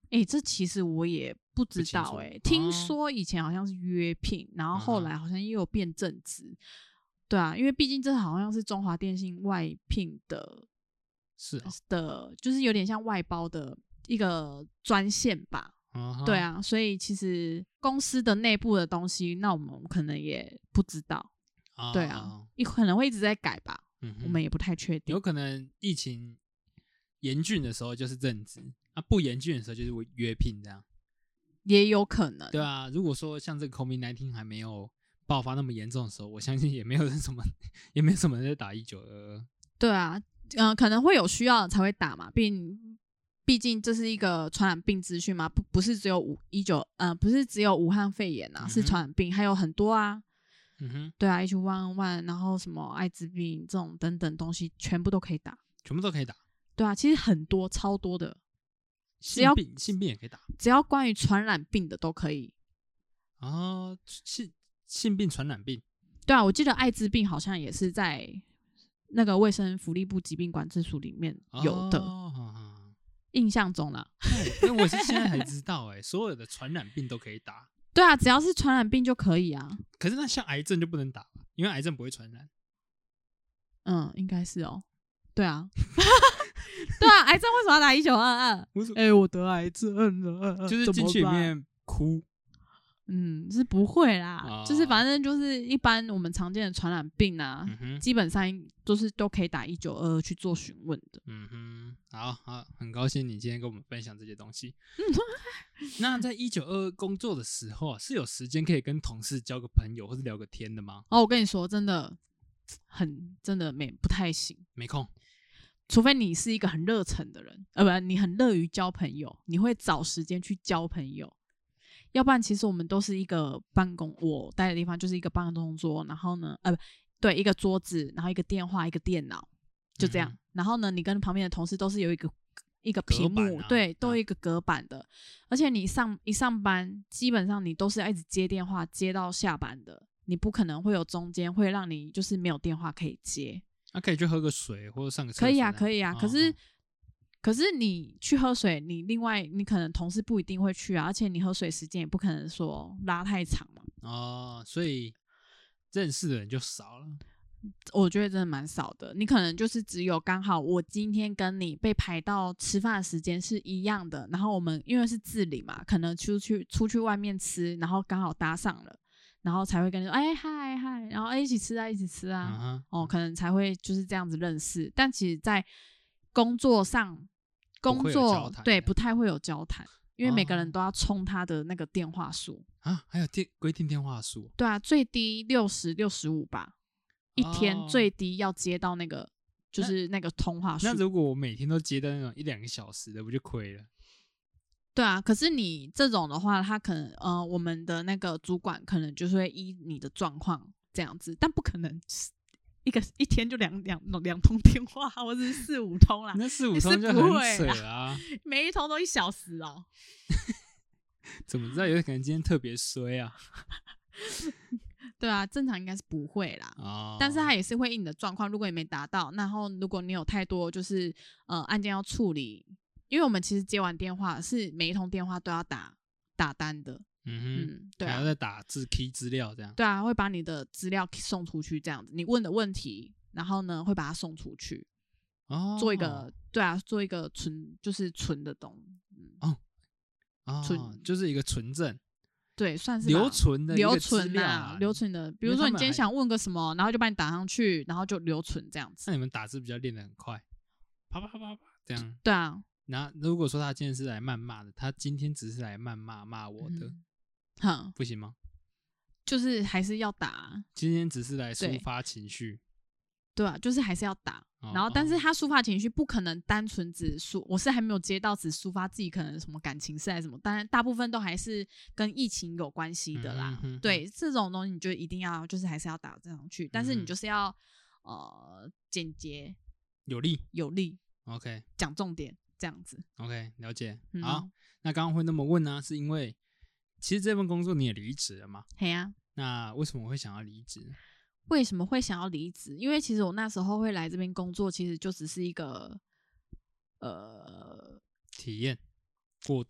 哎、欸，这其实我也不知道哎、欸，听说以前好像是约聘，然后后来好像又有变正职。对啊，因为毕竟这好像是中华电信外聘的， 是啊的，就是有点像外包的一个专线吧。 Uh-huh. 对啊，所以其实公司的内部的东西，那我们可能也不知道。Uh-huh. 对啊，可能会一直在改吧，嗯、我们也不太确定。 有可能疫情严峻的时候就是正职，啊，不严峻的时候就是约聘这样， 也有可能。 对啊，如果说像这个 COVID 十九 还没有爆发那么严重的时候，我相信也没有人什么，也没有什么人在打一九二二。 对啊，嗯、呃，可能会有需要才会打嘛，毕竟毕竟这是一个传染病资讯嘛，不不是只有武一九，呃，不是只有武汉肺炎啊，嗯、是传染病，还有很多啊。 嗯哼， 对啊 ，H 一 N 一，然后什么艾滋病这种等等东西，全部都可以打， 全部都可以打。 对啊，其实很多，超多的， 性病性病也可以打， 只要关于传染病的都可以。 哦，性性病传染病， 对啊，我记得艾滋病好像也是在那个卫生福利部疾病管制署里面有的， 哦、好好印象中啦。 因为我是现在才知道、欸，哎，所有的传染病都可以打。 对啊，只要是传染病就可以啊。 可是那像癌症就不能打吧？因为癌症不会传染。 嗯，应该是哦。对啊，对啊，癌症为什么要打一九二二？哎、欸，我得癌症了， 就是进去里面哭。 嗯，是不会啦、 哦， 就是反正就是一般我们常见的传染病啊， 嗯、 基本上都是都可以打一九二二去做询问的。 嗯哼，好好，很高兴你今天跟我们分享这些东西。那在一九二二工作的时候啊，是有时间可以跟同事交个朋友或者聊个天的吗？ 哦，我跟你说，真的很真的没不太行， 没空。 除非你是一个很热忱的人，呃，不，你很乐于交朋友，你会找时间去交朋友。要不然，其实我们都是一个办公，我待的地方就是一个办公桌，然后呢，呃，不对，一个桌子，然后一个电话，一个电脑，就这样。嗯、然后呢，你跟旁边的同事都是有一个一个屏幕， 啊、 对，都有一个隔板的。啊、而且你上一上班，基本上你都是要一直接电话，接到下班的，你不可能会有中间会让你就是没有电话可以接。 那、啊、可以去喝个水或者上个厕所。 可以啊，可以啊， 哦、 可是。可是你去喝水，你另外你可能同事不一定会去啊，而且你喝水时间也不可能说拉太长嘛。 哦，所以认识的人就少了。 我觉得真的蛮少的，你可能就是只有刚好我今天跟你被排到吃饭的时间是一样的，然后我们因为是自理嘛，可能出去出去外面吃，然后刚好搭上了，然后才会跟你说哎嗨嗨，然后哎一起吃啊一起吃啊，嗯、哦可能才会就是这样子认识，但其实在工作上，工作对不太会有交谈，因为每个人都要冲他的那个电话数、 哦、啊，还有电规定电话数。 对啊，最低六十六十五吧，一天最低要接到那个、哦、就是那个通话数。 那如果我每天都接到那种一两个小时的，不就亏了？ 对啊，可是你这种的话，他可能呃，我们的那个主管可能就是会依你的状况这样子，但不可能。一个一天就两两两通电话，或者是四五通啦。 那四五通就很扯啊！ 每一通都一小时哦。 怎么知道？有可能今天特别衰啊？ 对啊，正常应该是不会啦。哦。但是他也是会依你的状况，如果你没达到，然后如果你有太多就是呃案件要处理，因为我们其实接完电话是每一通电话都要打打单的。嗯哼，嗯对啊， 还要再打字 key 资料这样。 对啊，会把你的资料送出去这样子，你问的问题，然后呢会把它送出去，哦，做一个对啊，做一个存就是存的东西，嗯、哦， 哦，存就是一个存证， 对，算是留存的一个留资料存啊，留存的，比如说你今天想问个什么，然后就把你打上去，然后就留存这样子。 那你们打字比较练得很快，啪啪啪啪啪这样。 对啊。 那如果说他今天是来谩骂的，他今天只是来谩骂骂我的。嗯哼， 不行吗？ 就是还是要打。 今天只是来抒发情绪， 对啊，就是还是要打。 哦、 然后，但是他抒发情绪不可能单纯只抒，我是还没有接到只抒发自己可能什么感情事还是什么，当然大部分都还是跟疫情有关系的啦。嗯、哼哼对，这种东西你就一定要就是还是要打上去，但是你就是要、嗯、呃简洁、 有力、 有力。 OK， 讲重点这样子。 OK， 了解。嗯、好，那刚刚会那么问呢、啊，是因为。其实这份工作你也离职了嘛？ 嘿啊。 那为什么会想要离职？ 为什么会想要离职？因为其实我那时候会来这边工作，其实就只是一个呃体验过渡。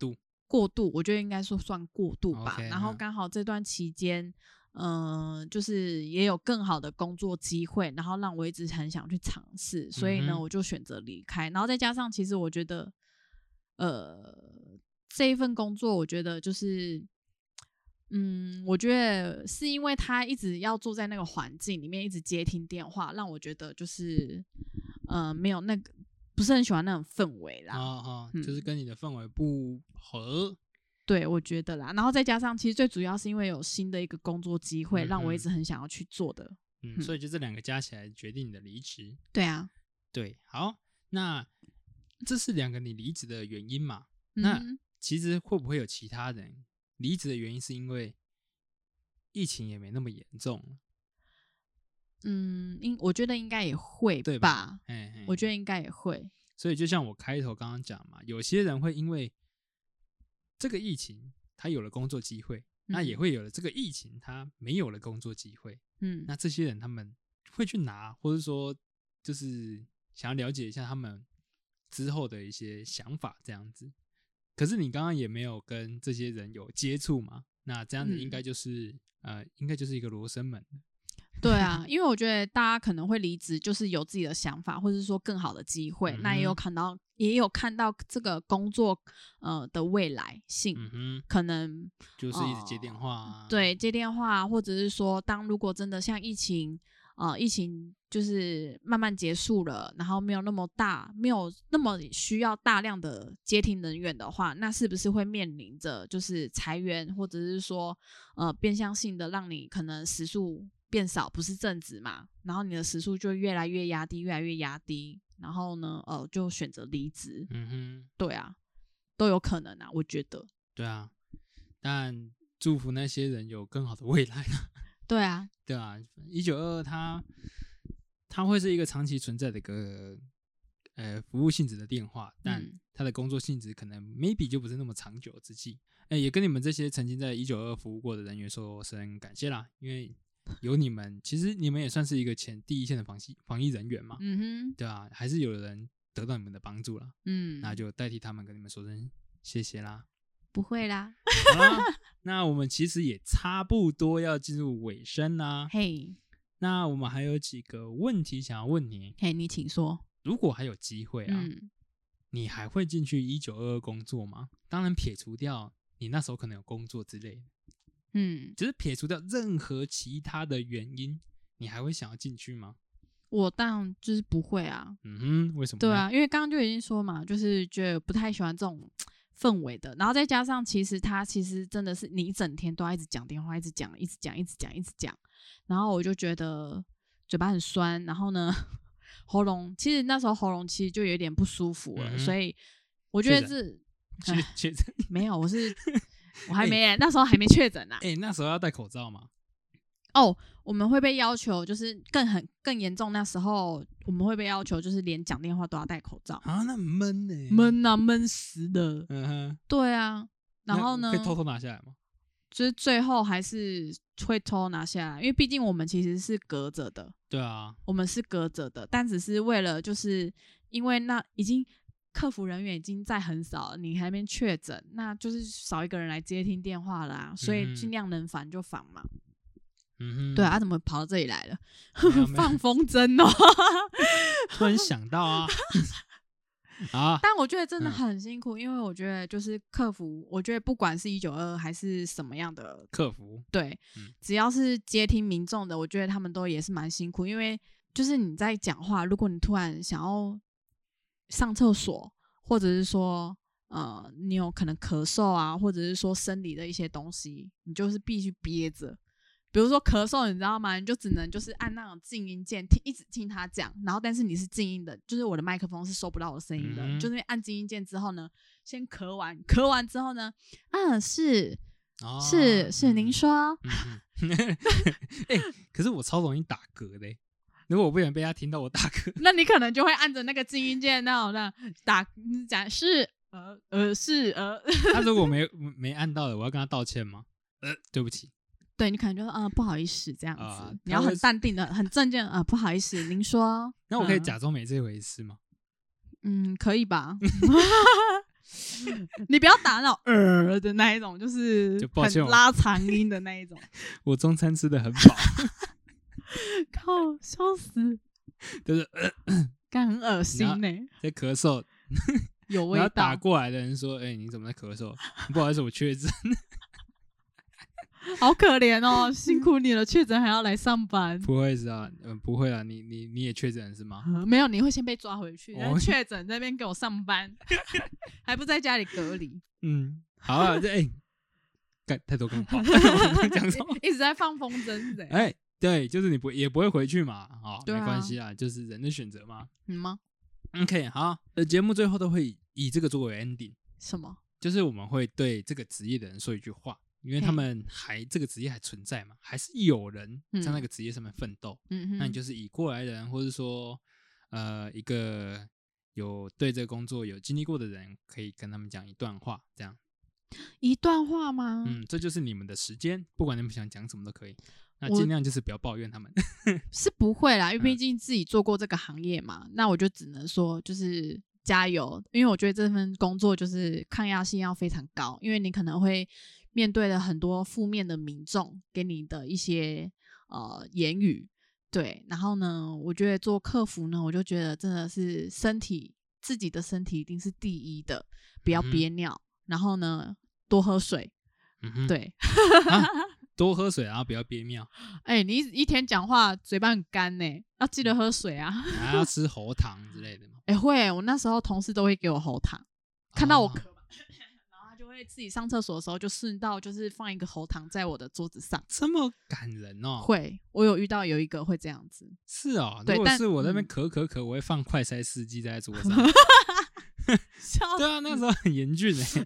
过渡，我觉得应该说算过渡吧。 Okay, 然后刚好这段期间，嗯、呃，就是也有更好的工作机会，然后让我一直很想去尝试，所以呢， 嗯、 我就选择离开。然后再加上，其实我觉得，呃，这一份工作，我觉得就是。嗯，我觉得是因为他一直要坐在那个环境里面，一直接听电话，让我觉得就是，呃，没有那个不是很喜欢那种氛围啦。 哦哦， 嗯、 就是跟你的氛围不合。 对，我觉得啦。然后再加上，其实最主要是因为有新的一个工作机会， 嗯、 让我一直很想要去做的。 嗯，嗯所以就这两个加起来决定你的离职。 对啊， 对，好，那这是两个你离职的原因嘛？ 嗯、 那其实会不会有其他人？离职的原因是因为疫情也没那么严重， 嗯，应我觉得应该也会吧， 吧嘿嘿我觉得应该也会。 所以就像我开头刚刚讲嘛，有些人会因为这个疫情他有了工作机会，嗯、那也会有了这个疫情他没有了工作机会，嗯，那这些人他们会去拿，或者说就是想要了解一下他们之后的一些想法这样子。可是你刚刚也没有跟这些人有接触嘛？那这样子应该就是、嗯、呃，应该就是一个罗生门。 对啊，因为我觉得大家可能会离职，就是有自己的想法，或者是说更好的机会。嗯、那也有看到，也有看到这个工作呃的未来性，嗯、可能就是一直接电话、啊呃，对，接电话，或者是说，当如果真的像疫情。呃，疫情就是慢慢结束了，然后没有那么大，没有那么需要大量的接听人员的话，那是不是会面临着就是裁员，或者是说呃变相性的让你可能时数变少，不是正职嘛？然后你的时数就越来越压低，越来越压低，然后呢，呃，就选择离职。嗯哼，对啊，都有可能啊，我觉得。 对啊，但祝福那些人有更好的未来啊。 对啊， 对啊，一九二二它它会是一个长期存在的一个呃服务性质的电话，但它的工作性质可能 maybe 就不是那么长久之计。哎，也跟你们这些曾经在一九二二服务过的人员说声感谢啦，因为有你们，其实你们也算是一个前第一线的防疫防疫人员嘛，嗯哼，对啊，还是有人得到你们的帮助啦，嗯，那就代替他们跟你们说声谢谢啦。 不会啦， 好啦，那我们其实也差不多要进入尾声啦。 嘿、hey ， 那我们还有几个问题想要问你。 嘿、hey ，你请说。 如果还有机会啊，嗯、你还会进去一九二二工作吗？当然撇除掉你那时候可能有工作之类的，嗯，只是撇除掉任何其他的原因，你还会想要进去吗？ 我当然就是不会啊。 嗯哼，为什么？ 对啊，因为刚刚就已经说嘛，就是觉得不太喜欢这种氛围的，然后再加上其实他其实真的是你一整天都要一直讲电话，一直讲，一直讲，一直讲，一直讲，然后我就觉得嘴巴很酸，然后呢喉咙其实那时候喉咙其实就有点不舒服了，嗯、所以我觉得是确确诊没有，我是我还没、欸、那时候还没确诊啊。 哎、欸，那时候要戴口罩吗？ 哦，我们会被要求，就是更很更严重。那时候我们会被要求，就是连讲电话都要戴口罩啊，那闷呢、欸？ 闷啊，闷死的。 嗯哼， 对啊。然后呢？ 可以偷偷拿下来吗？ 就是最后还是会偷拿下来，因为毕竟我们其实是隔着的。 对啊， 我们是隔着的，但只是为了，就是因为那已经客服人员已经在很少了，你还没确诊，那就是少一个人来接听电话啦、啊，所以尽量能烦就烦嘛。嗯哼，对啊，怎么跑到这里来了？放风筝哦！ 突然想到啊，啊！ 但我觉得真的很辛苦，嗯、因为我觉得就是客服，我觉得不管是一九二二还是什么样的客服， 对、嗯，只要是接听民众的，我觉得他们都也是蛮辛苦，因为就是你在讲话，如果你突然想要上厕所，或者是说呃你有可能咳嗽啊，或者是说生理的一些东西，你就是必须憋着。比如说咳嗽，你知道吗？你就只能就是按那种静音键，听一直听他讲，然后但是你是静音的，就是我的麦克风是收不到我的声音的，嗯、就是按静音键之后呢，先咳完，咳完之后呢，啊是、哦、是是、嗯，您说， 哎、嗯欸，可是我超容易打嗝的、欸，如果我不想被他听到我打嗝， 那你可能就会按着那个静音键，那种那打讲是呃呃是呃， 他如果没没按到的，我要跟他道歉吗？呃，对不起。 对，你可能就说啊、呃、不好意思这样子、呃，你要很淡定的、很正经啊、呃，不好意思，您说。 那我可以假装没这回事吗？ 嗯，可以吧。 你不要打那种呃的那一种，就是就抱歉很拉长音的那一种。 我中餐吃的很饱， 靠，笑死， 就是呃干很恶心呢、欸， 在咳嗽， 有味然后打道， 过来的人说：“哎、欸，你怎么在咳嗽？不好意思，我确诊。” 好可怜哦，辛苦你了，确诊还要来上班。 不会是啊，嗯、呃，不会啊，你你你也确诊是吗？ 呃没有，你会先被抓回去， 哦确诊在那边给我上班，还不在家里隔离。 嗯，好啊，这哎，干、欸、太多干话，讲错， 一直在放风筝是怎样？ 哎、欸，对，就是你不也不会回去嘛，好、 对啊没关系啦，就是人的选择嘛。 嗯吗？ OK， 好，呃，节目最后都会以这个作为 ending， 什么？ 就是我们会对这个职业的人说一句话。因为他们还这个职业还存在嘛，还是有人在那个职业上面奋斗。 嗯哼， 那你就是以过来人，或者说呃一个有对这个工作有经历过的人，可以跟他们讲一段话，这样。 一段话吗？ 嗯，这就是你们的时间，不管你们想讲什么都可以。那尽量就是不要抱怨他们。 是不会啦，因为毕竟自己做过这个行业嘛。嗯、那我就只能说，就是加油，因为我觉得这份工作就是抗压性要非常高，因为你可能会面对了很多负面的民众给你的一些呃言语，对，然后呢，我觉得做客服呢，我就觉得真的是身体自己的身体一定是第一的，不要憋尿，嗯、然后呢多喝水， 嗯、 对、 啊，多喝水，然后不要憋尿。 哎、欸，你一天讲话嘴巴很干呢，要记得喝水啊， 还要吃喉糖之类的吗？ 哎、欸，会，我那时候同事都会给我喉糖，看到我咳。哦就会自己上厕所的时候，就顺道就是放一个喉糖在我的桌子上， 这么感人哦。 会，我有遇到有一个会这样子。 是哦， 对， 如果是我在那边咳咳咳，我会放快筛试剂在桌上。对啊，那时候很严峻哎。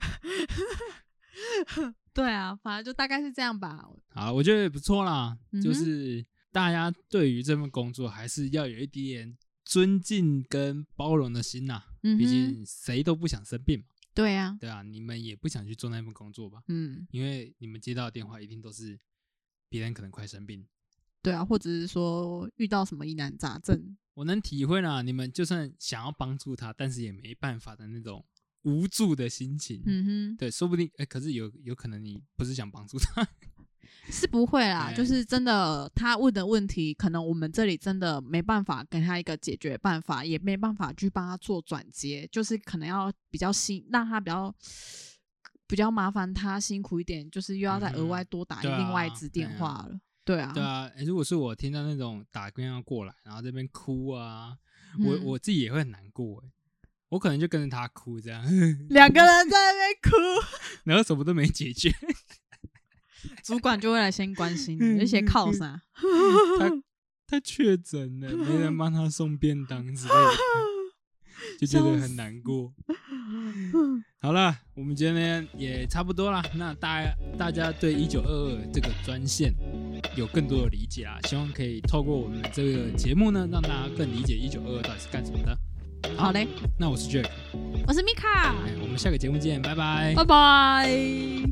对啊，反正就大概是这样吧。 好，我觉得也不错啦， 嗯、 就是大家对于这份工作还是要有一点尊敬跟包容的心呐、啊。嗯、毕竟谁都不想生病嘛。 对啊， 对啊，你们也不想去做那份工作吧？嗯，因为你们接到的电话一定都是别人可能快生病， 对啊，或者是说遇到什么疑难杂症， 我能体会啦。你们就算想要帮助他，但是也没办法的那种无助的心情。嗯哼，对，说不定哎、欸，可是有有可能你不是想帮助他。 是不会啦，就是真的，他问的问题，可能我们这里真的没办法给他一个解决办法，也没办法去帮他做转接，就是可能要比较辛，让他比较比较麻烦他辛苦一点，就是又要再额外多打另外一支电话了。对啊， 对啊，欸、如果是我听到那种打电话过来，然后这边哭啊，嗯、我我自己也会很难过哎，我可能就跟着他哭这样， 两个人在那边哭， 然后什么都没解决。 主管就会来先关心你，而且靠啥？ 他他确诊了，没人帮他送便当之类的，就觉得很难过。好了，我们今天也差不多啦。那大家大家对一九二二这个专线有更多的理解啊，希望可以透过我们这个节目呢，让大家更理解一九二二到底是干什么的。 好嘞， 那我是 Jack， 我是 Mika，、 欸、我们下个节目见，拜拜， 拜拜。